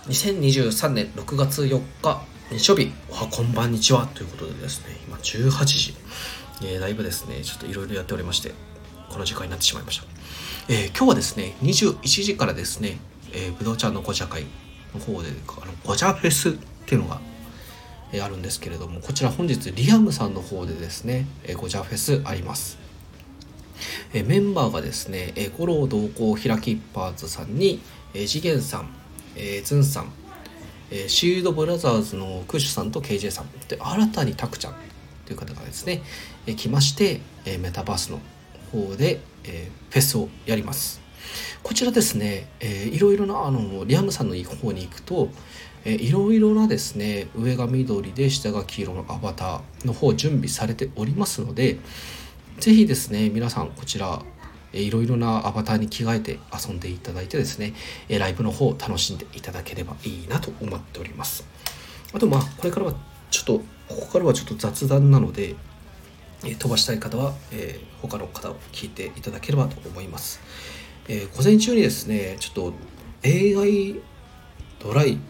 2023年6月4日日曜日、こんばんにちはということでですね、今18時、だいぶですねちょっといろいろやっておりまして、この時間になってしまいました。今日はですね21時からですね、ぶどうちゃんのご茶会の方でご茶フェスっていうのがあるんですけれども、こちら本日リアムさんの方でですねご茶フェスあります。メンバーがですね五郎同行ひらきっぱーズさんに次元さん、ズンさん、シールドブラザーズのクッシュさんと KJ さんで、新たにタクちゃんという方がですね来まして、メタバースの方で、フェスをやります。こちらですね、いろいろなリアムさんの方に行くと、いろいろなですね上が緑で下が黄色のアバターの方準備されておりますので、ぜひですね皆さんこちらいろいろなアバターに着替えて遊んでいただいてですね、ライブの方を楽しんでいただければいいなと思っております。あとこれからはここからはちょっと雑談なので、飛ばしたい方は、他の方を聞いていただければと思います。午前中にですねちょっと AI ドライ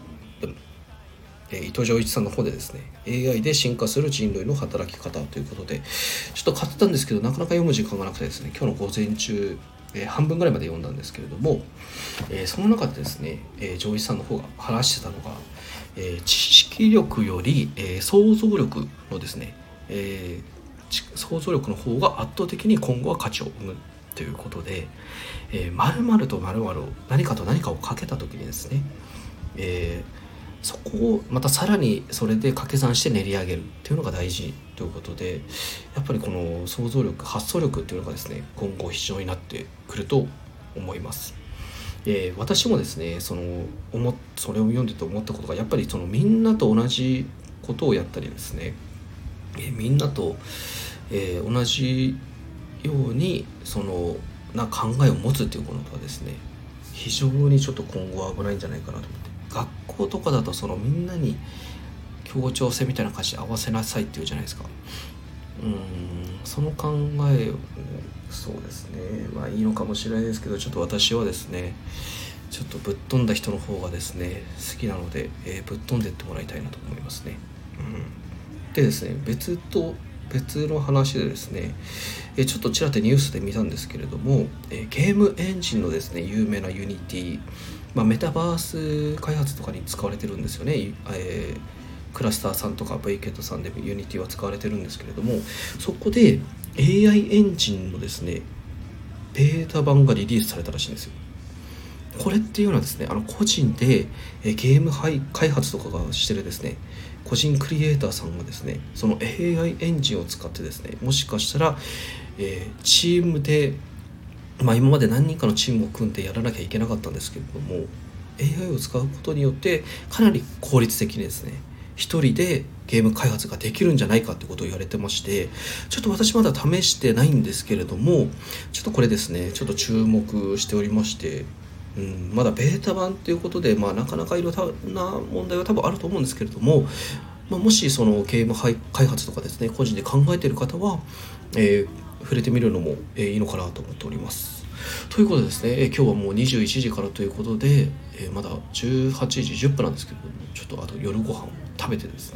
伊藤浄一さんの方でですね AI で進化する人類の働き方ということでちょっと買ったんですけど、なかなか読む時間がなくてですね、今日の午前中、半分ぐらいまで読んだんですけれども、その中でですね浄一さんの方が話してたのが、知識力より、想像力のですね、想像力の方が圧倒的に今後は価値を生むということで、〇〇と〇〇を何かと何かをかけた時にですね、そこをまたさらにそれで掛け算して練り上げるっていうのが大事ということで、やっぱりこの想像力発想力っていうのがですね今後必要になってくると思います。私もですねそれを読んでて思ったことが、やっぱりみんなと同じことをやったりですね、みんなと、同じように考えを持つっていうことはですね、非常にちょっと今後は危ないんじゃないかなと思って、学校とかだとみんなに協調性みたいな感じで合わせなさいっていうじゃないですか。その考えをそうですねいいのかもしれないですけど、ちょっと私はですねちょっとぶっ飛んだ人の方がですね好きなので、ぶっ飛んでってもらいたいなと思いますね。でですね別の話でですね、ちょっとちらっとニュースで見たんですけれども、ゲームエンジンのですね有名なユニティ、メタバース開発とかに使われてるんですよね。クラスターさんとか VKET さんでユニティは使われてるんですけれども、そこで AI エンジンのですねベータ版がリリースされたらしいんですよ。これっていうのはですね個人でゲーム開発とかがしてるですね個人クリエイターさんがですねその AI エンジンを使ってですね、もしかしたら、チームで今まで何人かのチームを組んでやらなきゃいけなかったんですけれども、 AI を使うことによってかなり効率的にですね一人でゲーム開発ができるんじゃないかってことを言われてまして、ちょっと私まだ試してないんですけれども、ちょっとこれですねちょっと注目しておりまして、まだベータ版っていうことで、なかなかいろいろな問題は多分あると思うんですけれども、もしそのゲーム開発とかですね個人で考えている方は、触れてみるのも、いいのかなと思っております。ということでですね、今日はもう21時からということで、まだ18時10分なんですけれども、ちょっとあと夜ご飯を食べてですね、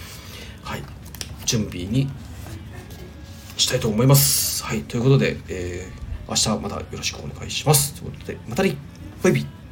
準備にしたいと思います。ということで、明日またよろしくお願いします。ということでまたね、バイビー。